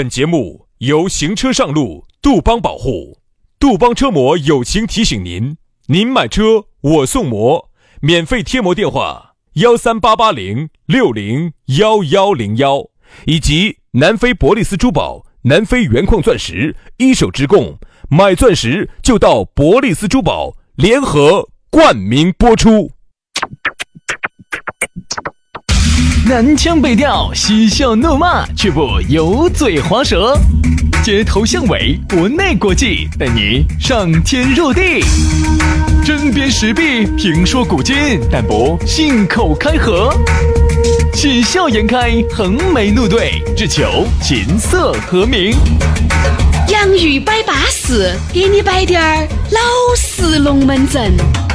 本节目由行车上路杜邦保护，杜邦车模友情提醒您：您买车我送模，免费贴膜电话138806011101，以及南非伯利斯珠宝、南非原矿钻石一手直供，买钻石就到伯利斯珠宝，联合冠名播出。 南腔北调，嬉笑怒骂，却不油嘴滑舌，街头巷尾，国内国际，带你上天入地，针砭时弊，评说古今，但不信口开河，喜笑颜开，横眉怒对，只求琴瑟和鸣。 洋芋摆巴士，给你摆点儿老式龙门阵。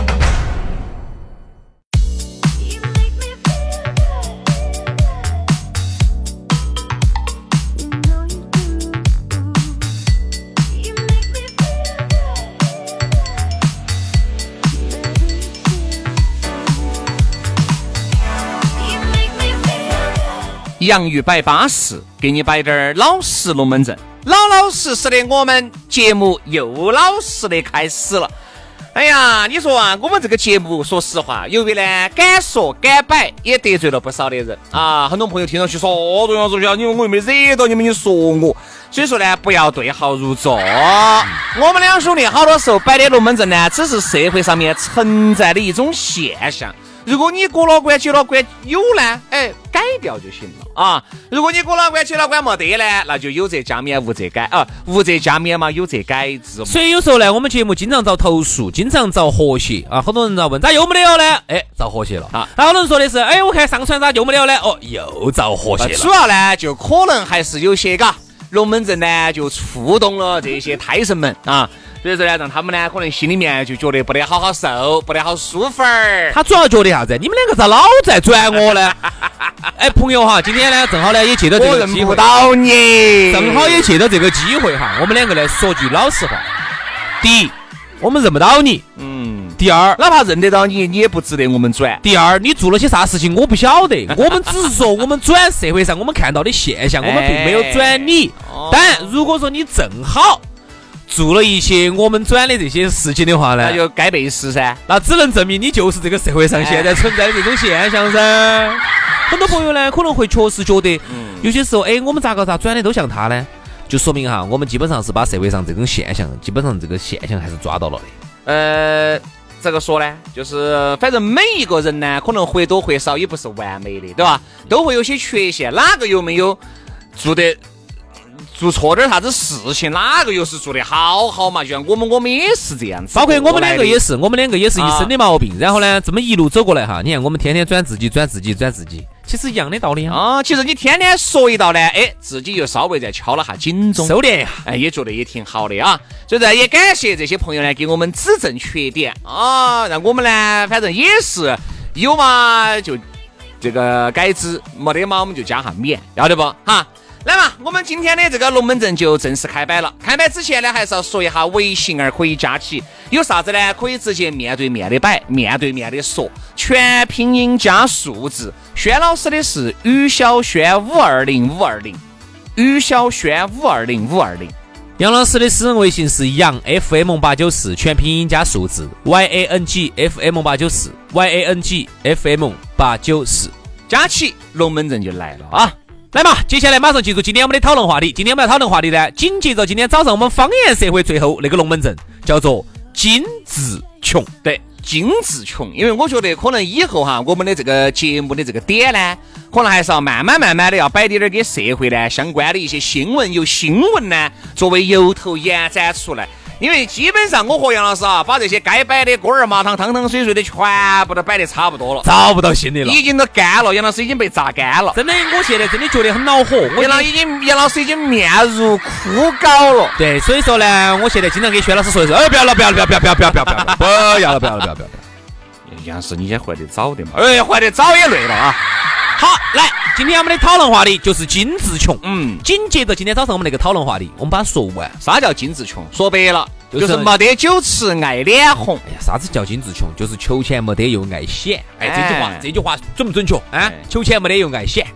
洋芋摆巴士，给你摆点老实龙门阵，老老实实的，我们节目又老实的开始了。哎呀，你说啊，我们这个节目说实话，由于呢敢说敢摆，也得罪了不少的人啊。很多朋友听上去说哦，杨主教，你我又没惹到你们，你说我，所以说呢，不要对号入座。我们两兄弟好多时候摆的龙门阵呢，只是社会上面存在的一种现象。如果你过了关接了关有呢，改掉就行了啊。如果你过了关接了关没得呢，那就有则加勉，无则改啊，无则加勉嘛，有则改之。 所以有时候呢，我们节目经常遭投诉，经常遭和谐啊。很多人在问咋又没得了呢？遭和谐了啊。好多人说的是，我看上传咋又没得了呢？哦，又遭和谐了。 主要呢，就可能还是有些龙门阵呢，就触动了这些胎神们啊。所以说呢，让他们呢可能心里面就觉得不得好好受，不得好舒服儿。 他主要觉得啥子？你们两个咋老在转我呢？朋友哈，今天呢正好呢也借到这个机会， 我认不到你， 正好也借到这个机会哈，我们两个来说句老实话。第一，我们认不到你。第二， 哪怕认得到你，你也不值得我们转。 第二，你做了些啥事情我不晓得，我们只是说我们转社会上我们看到的现象，我们并没有转你。但如果说你正好做了一些我们转的这些事情的话呢， 那就该背时噻， 那只能证明你就是这个社会上现在存在的这种现象噻。很多朋友呢可能会确实觉得，有些时候我们咋转的都像他呢，就说明哈，我们基本上是把社会上这种现象，基本上这个现象还是抓到了的。这个说呢，就是反正每一个人呢，可能或多或少也不是完美的，对吧？都会有些缺陷，哪个有没有做错点啥子事情，哪个又是做得好嘛？就像我们也是这样子， 包括我们两个也是一身的毛病。然后呢，这么一路走过来哈，你看我们天天转自己，其实一样的道理啊。 其实你天天说一道呢，自己又稍微再敲了下警钟， 收敛一下， 也觉得也挺好的啊。所以呢，也感谢这些朋友呢，给我们指正缺点啊，让我们呢，反正也是有嘛就这个改之，没得嘛我们就加下勉，要得不哈？来嘛，我们今天的这个龙门阵就正式开摆了。开摆之前呢，还是要说一下微信儿可以加起，有啥子呢？可以直接面对面的摆，面对面的说，全拼音加数字。轩老师的是于小轩520520，于小轩520520。 杨老师的私人微信是杨 FM894，全拼音加数字 YANG FM894 YANG FM894， 加起龙门阵就来了啊！ 来嘛，接下来马上进入今天我们的讨论话题。今天我们要讨论话题呢，紧接着今天早上我们方言社会最后那个龙门阵叫做精致穷。 对，精致穷，因为我觉得可能以后哈，我们的这个节目的这个点呢，可能还是要慢慢的要摆点跟社会呢相关的一些新闻，由新闻呢作为由头延展出来。因为基本上我和杨老师啊，把这些该摆的锅儿麻汤汤汤水水的全部都摆得差不多了， 找不到新的了， 已经都干了。杨老师已经被榨干了， 真的，我现在真的觉得很恼火。 杨老师已经面如枯槁了。 对，所以说呢，我现在经常给薛老师说的是，不要了。 杨老师，你先回得早点嘛。回得早也累了啊。 好，来，今天我们的讨论话题就是精致穷。紧接着今天早上我们那个讨论话题，我们把它说完。 啥叫精致穷？说白了就是没得酒吃爱脸红。 啥子叫精致穷？就是求钱没得又爱显。这句话准不准确啊？求钱没得又爱显。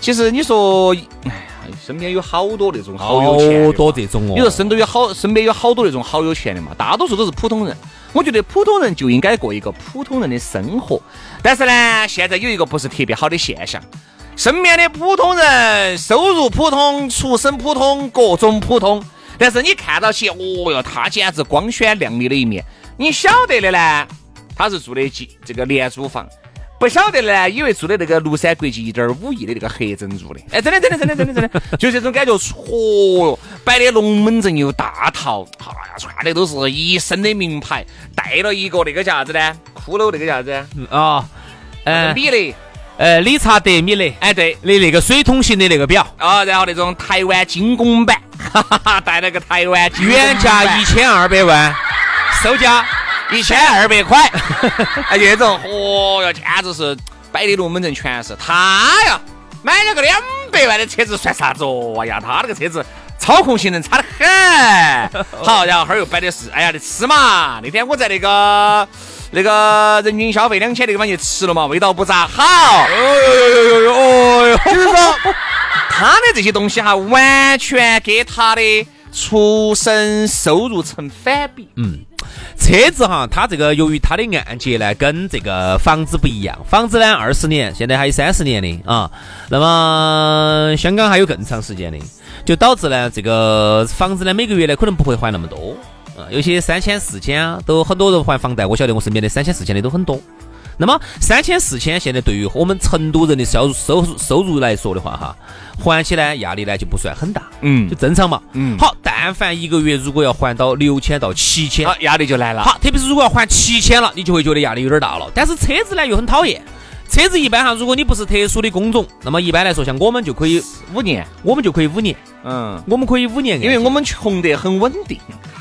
其实你说，身边有好多那种好有钱， 好多这种哦。 你说身边有好多那种好有钱的嘛，大多数都是普通人。我觉得普通人就应该过一个普通人的生活，但是呢，现在有一个不是特别好的现象，身边的普通人收入普通，出身普通，各种普通，但是你看到起，哦哟，他简直光鲜亮丽的一面。你晓得的呢，他是住的这个廉租房。不晓得呢，以为住的那个庐山国际1.5亿的那个黑珍珠的，哎，真的，就这种感觉，哟，摆的龙门阵又大套，哎呀，穿的都是一身的名牌，带了一个那个叫啥子呢？骷髅那个叫啥子？米雷， 理查德米雷， 哎，对， 的那个水桶型的那个表啊，然后那种台湾精工版，带了个台湾原价1200万，售价 1200块，哎，这种，哦哟，简直是摆的龙门阵全是他呀！买了个200万的车子算啥子哦？哎呀，他那个车子操控性能差得很。好，然后哈儿又摆的是，哎呀，你吃嘛！那天我在那个人均消费2000那个地方去吃了嘛，味道不咋好。哦哟，就是说他的这些东西哈，完全跟他的出身收入成反比。 车子哈，它这个由于它的按揭呢跟这个房子不一样，房子呢20年，现在还有30年的啊。那么香港还有更长时间的，就导致呢这个房子呢每个月呢可能不会还那么多啊，有些3000、4000都很多人还房贷，我晓得我身边的3000、4000的都很多。那么3000、4000现在对于我们成都人的收入来说的话哈，还起来压力呢就不算很大，就正常嘛。好，但凡一个月如果要还到6000到7000， 压力就来了。 好，特别是如果要还7000了，你就会觉得压力有点大了。但是车子呢又很讨厌，车子一般哈，如果你不是特殊的工种，那么一般来说像我们就可以 5年， 我们就可以5年，我们可以5年， 因为我们穷得很稳定。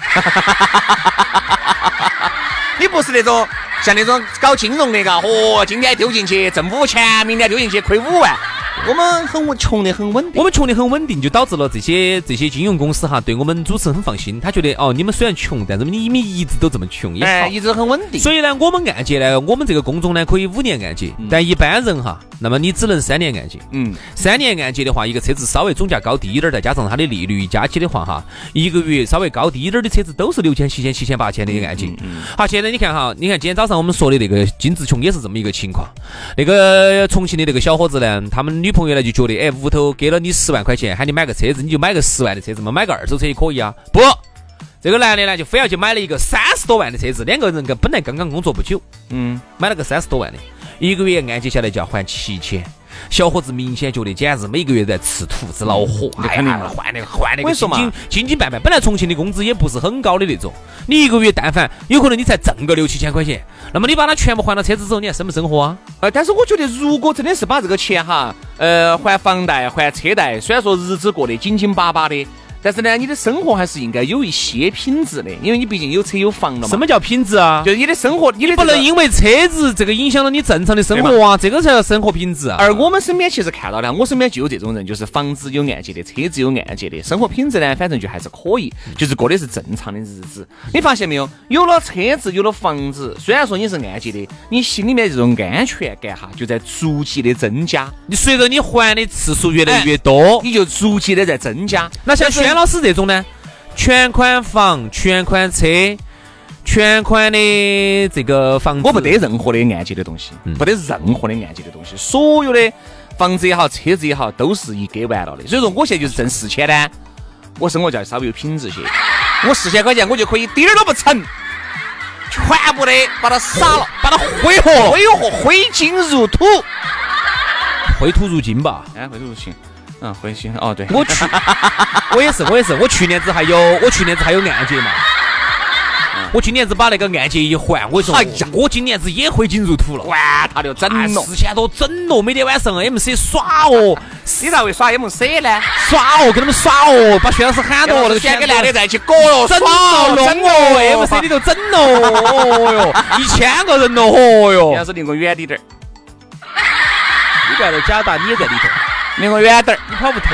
你不是那种像那种搞金融的嘎，今天丢进去挣5000，明天丢进去亏5万。我们穷得很稳定， 我们穷得很稳定，就导致了这些金融公司哈，对我们主持人很放心。他觉得你们虽然穷，但是你们一直都这么穷，也好， 一直很稳定。 所以呢，我们按揭呢，我们这个工种呢可以5年按揭，但一般人哈，那么你只能3年按揭。3年按揭的话，一个车子稍微总价高低一点，再加上它的利率一加起的话哈，一个月稍微高低一点的车子都是6000、7000、7800的一个按揭。好，现在你看哈，你看今天早上我们说的那个金志琼也是这么一个情况。那个重庆的那个小伙子呢，他们女朋友呢就觉得，屋头给了你10万块钱，喊你买个车子，你就买个10万的车子嘛，买个二手车也可以啊。不，这个男的呢就非要去买了一个30多万的车子，两个人本来刚刚工作不久，买了个30多万的，一个月按揭下来就要还7000。小伙子明显觉得简直每个月在吃土子恼火， 肯定换那个斤斤半半。本来重庆的工资也不是很高的那种，你一个月但凡有可能你才挣个6、7千块钱，那么你把它全部还到车子之后，你还生不生活啊？ 但是我觉得如果真的是把这个钱哈，还房贷还车贷，虽然说日子过得紧紧巴巴的，但是呢，你的生活还是应该有一些品质的，因为你毕竟有车有房了嘛。 什么叫品质啊？ 就是你的生活，你的不能因为车子这个影响了你正常的生活啊，这个才叫生活品质啊。 而我们身边其实看到的，我身边就有这种人，就是房子有按揭的，车子有按揭的，生活品质呢，反正就还是可以，就是过的是正常的日子。你发现没有？有了车子，有了房子，虽然说你是按揭的，你心里面这种安全感哈，就在逐渐的增加。 你随着你还的次数越来越多， 你就逐渐的在增加。 那像轩老师这种呢？全款房、全款车、全款的这个房子， 我不得任何的按揭的东西，不得任何的按揭的东西，所有的房子也好，车子也好，都是一给完了的。所以说，我现在就是挣4000呢，我生活就要稍微有品质些。我4000块钱，我就可以点儿都不成，全部的把它撒了，把它挥挥金如土， 挥土如金吧？ 哎，挥土如金。回去哦，对， 我也是，我去年子还有按揭嘛，我今年子把那个按揭一还，我说，我今年子也挥金如土了， 哇，他就整了 4000多整了，每天晚上 MC 耍哦， 你咋会耍 MC 呢？ 耍哦，跟他们耍哦，把薛老师喊到那个先跟男的在一起搞了， 整哦，弄哦 ，MC 里头整哦，哦哟，1000个人了，哦哟， 要是离我远点儿， 你不要在假打，你也在里头。 离我远点儿， 你跑不脱。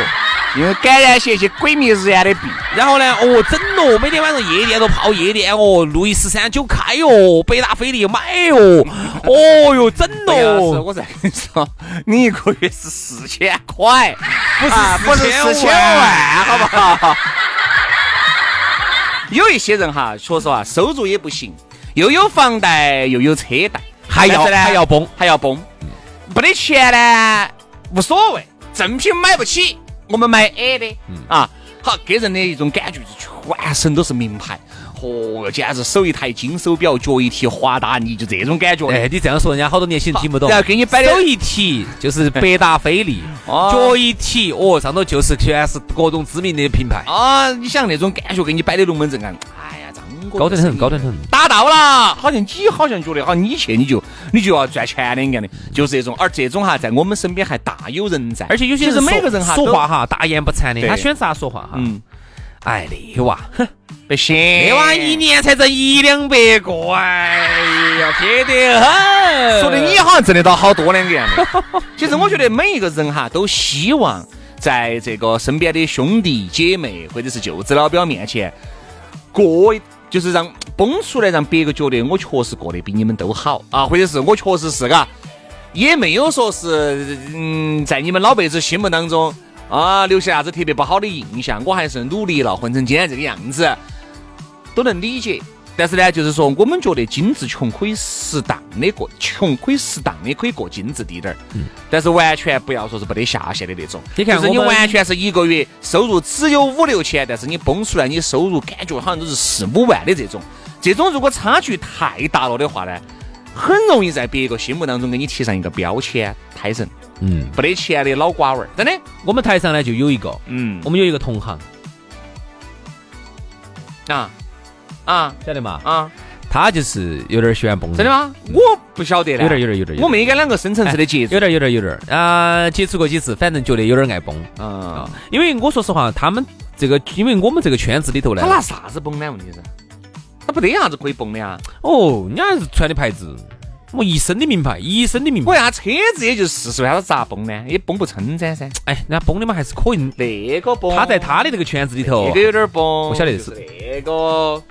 因为感染些鬼迷日眼的病。 然后呢，整了，每天晚上夜店都泡夜店哦，路易13就开哦，北大菲力买哦，哦哟，整了。 我再跟你说，你一个月是4000块， 不是 4000万，好不好？有一些人哈，说实话，收入也不行，又有房贷又有车贷， 还要崩， 没得钱呢无所谓，正品买不起，我们买 A 的好，给人的一种感觉是全身都是名牌，简直手一台金手表，脚一提华达尼，就这种感觉。 哎，你这样说，人家好多年轻人听不懂。 然后给你摆手一提就是北大菲力，脚一提上头就是全是各种知名的品牌你想那种感觉，给你摆的龙门阵啊，哎呀， 高得很， 达到了，好像觉得你去你就要赚钱的一样的，就是这种。而这种在我们身边还大有人在， 而且有些人每个人说话大言不惭的，他选啥说话哎，那娃不行， 那娃一年才挣100-200个，哎呀，撇得很。 说的你好像挣得到好多两个样的。其实我觉得每一个人都希望在这个身边的兄弟姐妹或者是舅子老表面前就是让崩出来，让别个觉得我确实过得比你们都好或者是我确实是也没有说是在你们老辈子心目当中留下啥子特别不好的印象，我还是努力了，混成今天这个样子，都能理解。但是呢，就是说我们觉得精致穷可以适当的过，穷可以适当的可以过精致滴点儿，但是完全不要说是不得下限的那种。 你看， 就是你完全是一个月收入只有5-6千，但是你崩出来你收入感觉好像都是4-5万的这种如果差距太大了的话呢，很容易在别个心目当中给你贴上一个标签，胎神，不得钱的老瓜娃儿，真的。 我们台上呢就有一个，我们有一个同行，晓得吗？他就是有点喜欢崩， 真的吗？我不晓得呢， 有点， 我没跟两个深层次的接触， 有点，接触过几次，反正觉得有点爱崩因为我说实话，他们这个，因为我们这个圈子里头呢， 他拿啥子崩呢？问题是，他不得啥子可以崩的呀？ 人家是穿的牌子。一身的名牌， 我呀，车子也就40万，他咋崩呢？也崩不成噻。 哎，人家崩的嘛还是可以， 那个崩， 他在他的这个圈子里头， 那个有点崩， 我晓得是那个。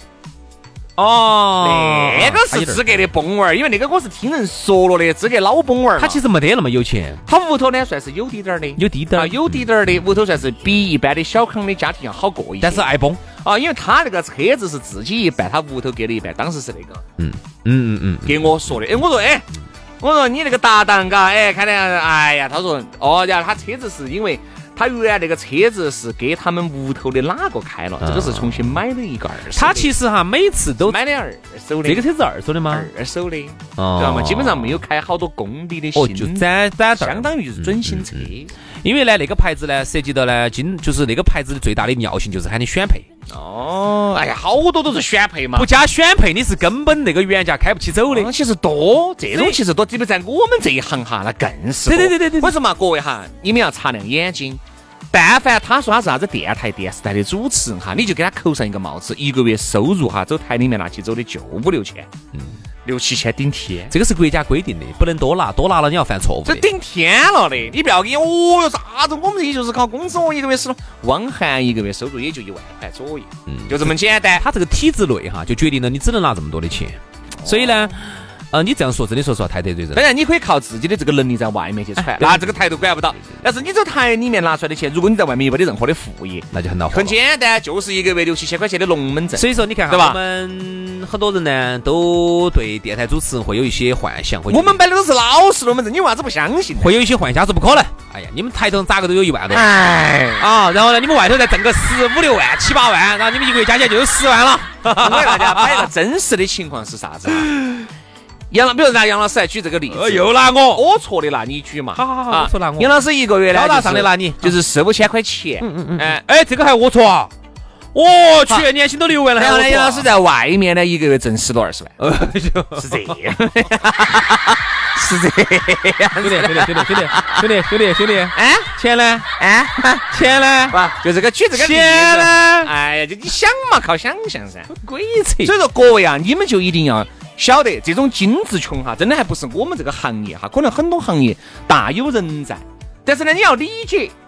那个是资格的崩娃儿，因为那个我是听人说了的，资格老崩娃儿。 他其实没得那么有钱， 他屋头呢算是有滴点儿的，有滴点儿的屋头算是比一般的小康的家庭要好过一些， 但是爱崩因为他那个车子是自己一半，他屋头给了一半，当时是那个，给我说的，我说你那个搭档看来，哎呀，他说然后他车子是因为。他原来那个车子是给他们屋头的哪个开了，这个是重新买了一个二手的。 他其实每次都买的二手的。 这个车子二手的吗？ 二手的，知道吗？基本上没有开好多公里的新， 就攒相当于就是准新车。 因为呢，那个牌子呢，涉及到呢，就是那个牌子的最大的尿性就是喊你选配。 哎呀，好多都是选配嘛， 不加选配你是根本那个原价开不起走的。 其实多，这种其实多，特别在我们这一行那更是多。 对。 为什么各位你们要擦亮眼睛？但凡他说他是啥子电台、电视台的主持人你就给他扣上一个帽子，一个月收入走台里面拿起走的就5-6千，6-7千顶天。 这个是国家规定的，不能多拿，多拿了你要犯错误。 这顶天了的，你不要给啥子，我们这就是靠工资，一个月是汪涵一个月收入也就1万块左右，就这么简单。 他这个体制内就决定了你只能拿这么多的钱，所以呢。你这样说真的说实话太得罪人。 当然你可以靠自己的这个能力在外面去传，那这个台都管不到。但是你这台里面拿出来的钱，如果你在外面没得任何的副业， 那就很恼火。 很简单，就是一个月6-7千块钱的龙门阵。 所以说你看对吧？我们很多人呢都对电台主持人会有一些幻想。 我们摆的都是老实龙门阵，你为啥子不相信？ 会有一些幻想是不可能。哎呀，你们台头咋个都有1万多。然后呢，你们外头再挣个15-6万、7-8万，然后你们一个月加起来就有10万了。 我给大家摆个真实的情况是啥子？比如拿杨老师来举这个例子， 又拿我错的拿你举嘛。 好，我错拿我。 杨老师一个月呢， 高大上的拿你， 就是4-5千块钱。 这个还我错啊！去年薪都6万了。 然后呢，杨老师在外面呢，一个月挣10多20万。是这样，是这样。兄弟，钱呢？钱呢？就这个举这个例子呢？哎呀，就你想嘛，靠想象噻， 鬼扯。 所以说各位你们就一定要晓得，这种精致穷真的还不是我们这个行业可能很多行业大有人在，但是呢，你要理解，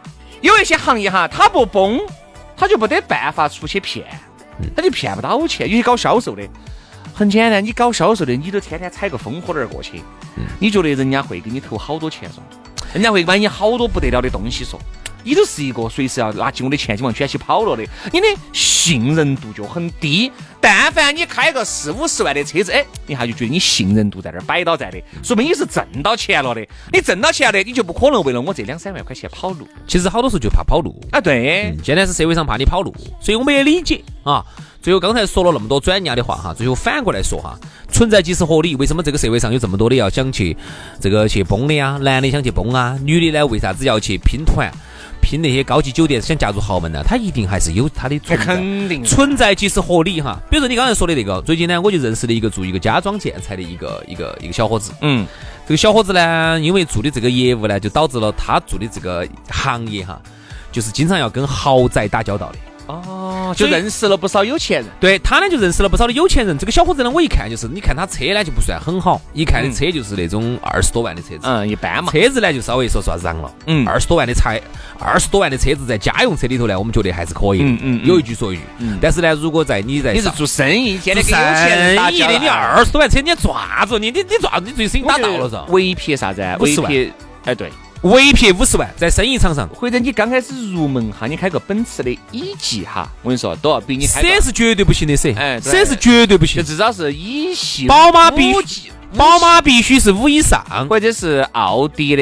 有一些行业哈，它不崩，他就不得办法出去骗，他就骗不到钱。有些搞销售的，很简单，你搞销售的，你都天天踩个风火轮过去，你觉得人家会给你投好多钱说？人家会买你好多不得了的东西说，你都是一个随时要拿起我的钱就往卷起跑了的，你的信任度就很低。但凡你开个40-50万的车子，你还就觉得你信任度在那儿摆到在的，说明你是挣到钱了的。你挣到钱了的，你就不可能为了我这2-3万块钱跑路。 其实好多时候就怕跑路啊，对， 现在是社会上怕你跑路，所以我们也理解啊。最后刚才说了那么多专家的话哈，最后反过来说哈，存在即是合理。为什么这个社会上有这么多的要想去这个去崩的呀？男的想去崩啊，女的呢为啥子要去拼团？拼那些高级酒店想嫁入豪门呢？他一定还是有他的存在， 肯定存在即是合理哈。比如说你刚才说的那个，最近呢我就认识了一个做一个家装建材的一个小伙子，这个小伙子呢，因为做的这个业务呢，就导致了他做的这个行业哈，就是经常要跟豪宅打交道的。 哦，就认识了不少有钱人。 对，他呢就认识了不少的有钱人。这个小伙子呢，我一看就是，你看他车呢就不算很好，一看的车就是那种20多万的车子， 一般嘛。 车子呢就稍微说实话嚷了，20多万的车子在家用车里头呢，我们觉得还是可以的。有一句说一句。但是呢，如果你是做生意，天天跟有钱人打交道， 你20多万车，你抓住你抓住你最生意打到了噻。 围撇啥子 ？50万。 对。 围撇50万，在生意场上， 或者你刚开始入门哈，你开个奔驰的1系哈，我跟你说都要比你开。 C 是绝对不行的，C 是绝对不行， 就至少是1系。 宝马必须是5以上， 或者是奥迪的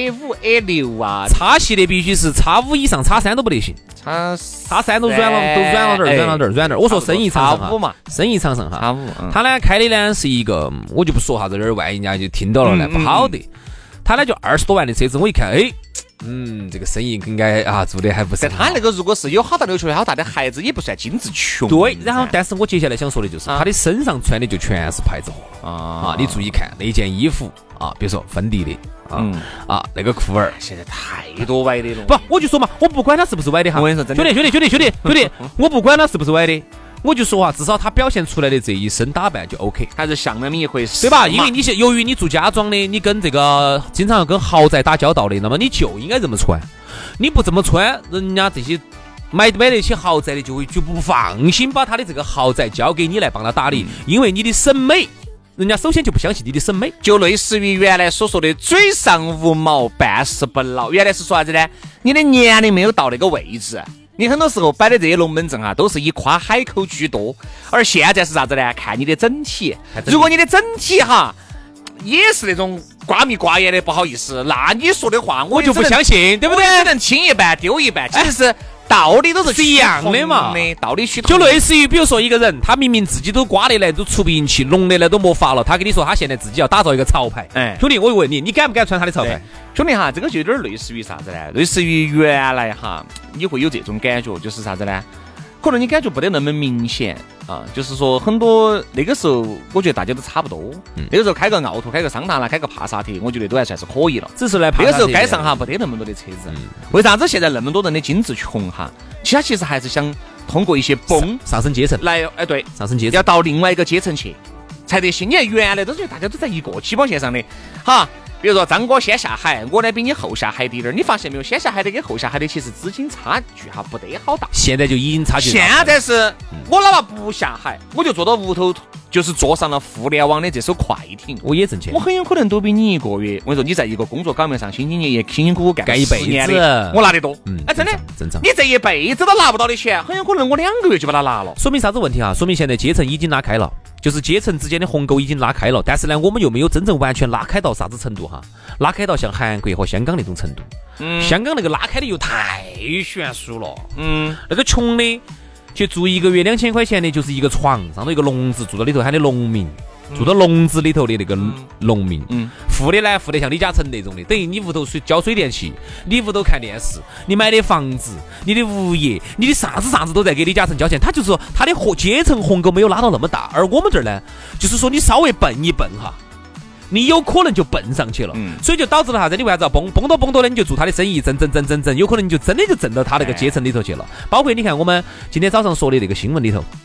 A5、A6啊， 叉系的必须是X5以上，X3都不得行。X3都软了点儿。我说生意场上哈，生意场上哈，他呢开的呢是一个，我就不说啥子，万一人家就听到了呢，不好的。他呢就20多万的车子，我一看，这个生意应该做的还不错。 他那个如果是有好大的球、好大的孩子，也不算精致穷。 对，然后但是我接下来想说的就是，他的身上穿的就全是牌子货你注意看那件衣服比如说芬迪的那个裤儿， 现在太多歪的了。 不，我就说嘛，我不管他是不是歪的哈。 我跟你说真的， 兄弟，我不管他是不是歪的。我就说至少他表现出来的这一身打扮就 OK， 还是像那么一回事， 对吧？因为由于你做家装的，你跟这个经常要跟豪宅打交道的，那么你就应该这么穿。你不这么穿，人家这些买得起豪宅的就不放心把他的这个豪宅交给你来帮他打理，因为你的审美，人家首先就不相信你的审美， 就类似于原来所说的嘴上无毛，办事不牢。原来是说啥子呢？你的年龄没有到那个位置。你很多时候摆的这些龙门阵都是以夸海口居多，而现在是啥子呢？看你的整体。如果你的整体也是那种瓜米瓜眼的，不好意思，那你说的话我就不相信，对不对？ 只能听一半丢一半，其实是道理都是一样的嘛， 道理趋同。 就类似于比如说一个人，他明明自己都刮的来都出不赢气，弄的来都没法了，他跟你说他现在自己要打造一个潮牌。兄弟，我问你，你敢不敢穿他的潮牌？ 兄弟这个就有点类似于啥子呢？类似于原来你会有这种感觉，就是啥子呢？可能你感觉不得那么明显就是说很多那个时候我觉得大家都差不多，那个时候开个奥拓，开个桑塔纳，开个帕萨特，我觉得都还算是可以了。 只是呢那个时候街上不得那么多的车子，为啥子现在那么多人的精致穷其实还是想通过一些上升阶层来对， 上升阶层要到另外一个阶层去才得行。你看原来都是大家都在一个起跑线上的比如说张哥先下海，我呢比你后下海低点儿，你发现没有？先下海的跟后下海的其实资金差距不得好大。 现在就已经差距了。 现在是我哪怕不下海，我就坐到屋头，就是坐上了互联网的这艘快艇， 我也挣钱。 我很有可能都比你一个月，我说你在一个工作岗位上兢兢业业、辛辛苦苦干一辈子， 我拿得多。真的， 正常。 你这一辈子都拿不到的钱，很有可能我2个月就把它拿了。 说明啥子问题说明现在阶层已经拉开了。就是阶层之间的鸿沟已经拉开了，但是呢，我们又没有真正完全拉开到啥子程度拉开到像韩国和香港那种程度。香港那个拉开的又太悬殊了。那个穷的去住1个月2000块钱的，就是一个床上头一个笼子，住到里头喊的农民，住到笼子里头的那个农民。富的呢，富得像李嘉诚那种的，等于你屋头交水电气，你屋头看电视，你买的房子，你的物业，你的啥子都在给李嘉诚交钱。他就是说他的阶层鸿沟没有拉到那么大，而我们这儿呢，就是说你稍微笨一笨你有可能就蹦上去了。所以就导致了啥子？你为啥子要蹦多呢？你就做他的生意，挣，有可能你就真的就挣到他那个阶层里头去了。包括你看我们今天早上说的那个新闻里头，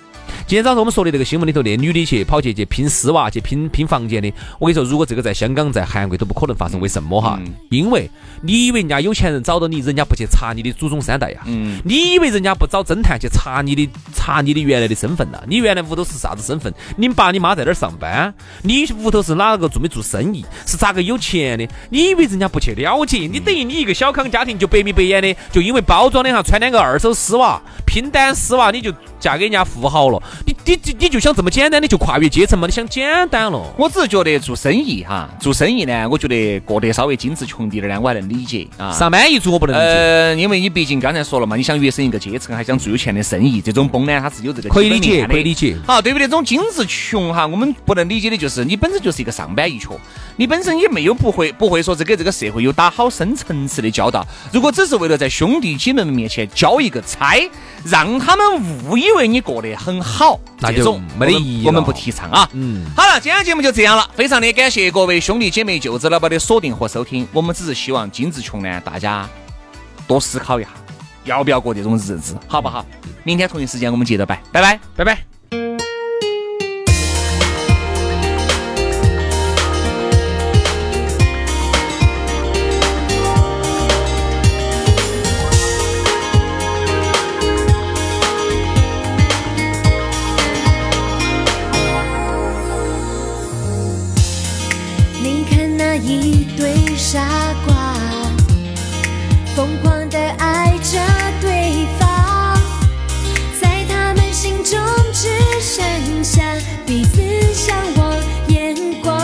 今天早上我们说的这个新闻里头，那女的跑去拼丝袜，去拼房间的。我跟你说，如果这个在香港、在韩国都不可能发生。为什么哈？因为你以为人家有钱人找到你，人家不去查你的祖宗三代呀？你以为人家不找侦探去查你的原来的身份呐？你原来屋头是啥子身份？你爸你妈在哪儿上班？你屋头是哪个做生意？是咋个有钱的？你以为人家不去了解？你等于你一个小康家庭就白米白眼的，就因为包装的哈穿2个2手丝袜、拼单丝袜，你就嫁给人家富豪了？你就想这么简单的就跨越阶层吗？你想简单了？ 我只是觉得做生意呢，我觉得过得稍微精致穷滴点呢，我还能理解啊。 上班一族我不能理解， 因为你毕竟刚才说了嘛，你想跃升一个阶层，还想做有钱的生意，这种崩呢，它是有这个可以理解。 好，对不对？这种精致穷哈，我们不能理解的就是你本身就是一个上班一族，你本身也没有不会说这个社会有打好深层次的交道。如果只是为了在兄弟姐妹们面前交一个差，让他们误以为你过得很好， 那就没得意义了。 我们不提倡啊。好了，今天节目就这样了，非常的感谢各位兄弟姐妹、舅子老板的锁定和收听。我们只是希望精致穷呢，大家多思考一下，要不要过这种日子，好不好？明天同一时间我们接着拜，拜拜， 拜拜。 你看那一对傻瓜，疯狂地爱着对方，在他们心中只剩下彼此相望眼光。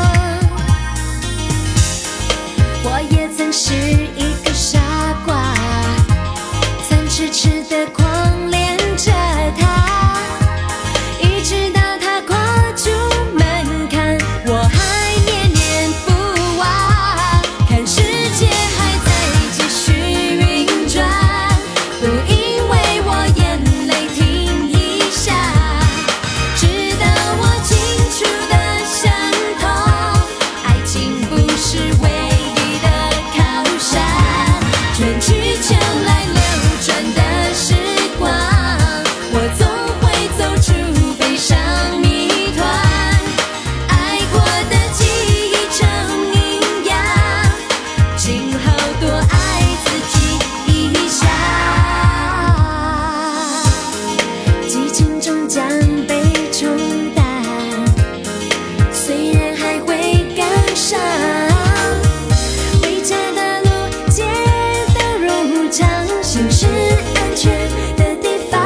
我也曾是一个傻瓜，曾痴痴地狂恋着他，一直到他跨出门槛，我还念念不忘，看世界还在继续运转，不因为我眼泪停一下，直到我清楚的想通，爱情不是唯一的靠山，春去秋来流转的时光，我总会走出悲伤谜团，爱过的记忆成阴阳，今后多爱自己一下，激情终将被冲淡，虽然还会感伤，回家的路街道如常，心是安全的地方，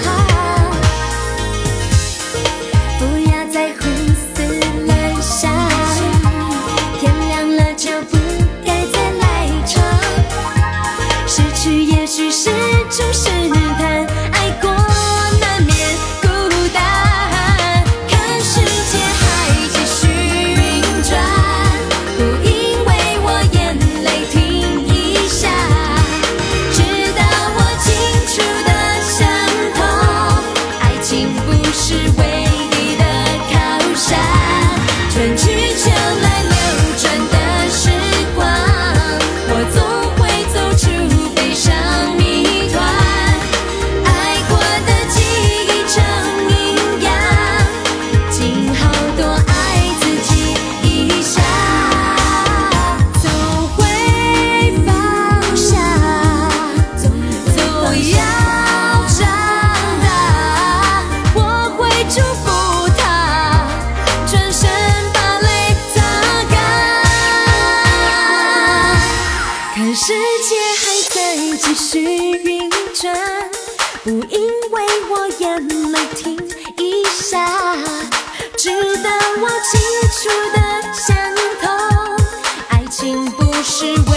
不要再胡思乱想，天亮了就不该再赖床，失去也许是种试探，爱过难免孤单，看世界还继续运转，不因为我眼泪停一下，直到我清楚的想通，爱情不是唯一的靠山，春去秋来流转的时光，我总会走出悲伤谜团，爱过的记忆成阴阳，今后多爱自己一下，总会放下，总要长大，我会祝福他，转身把泪擦干，看世界还在继续运转，不因为我眼泪停一下，直到我清楚的想通，爱情不是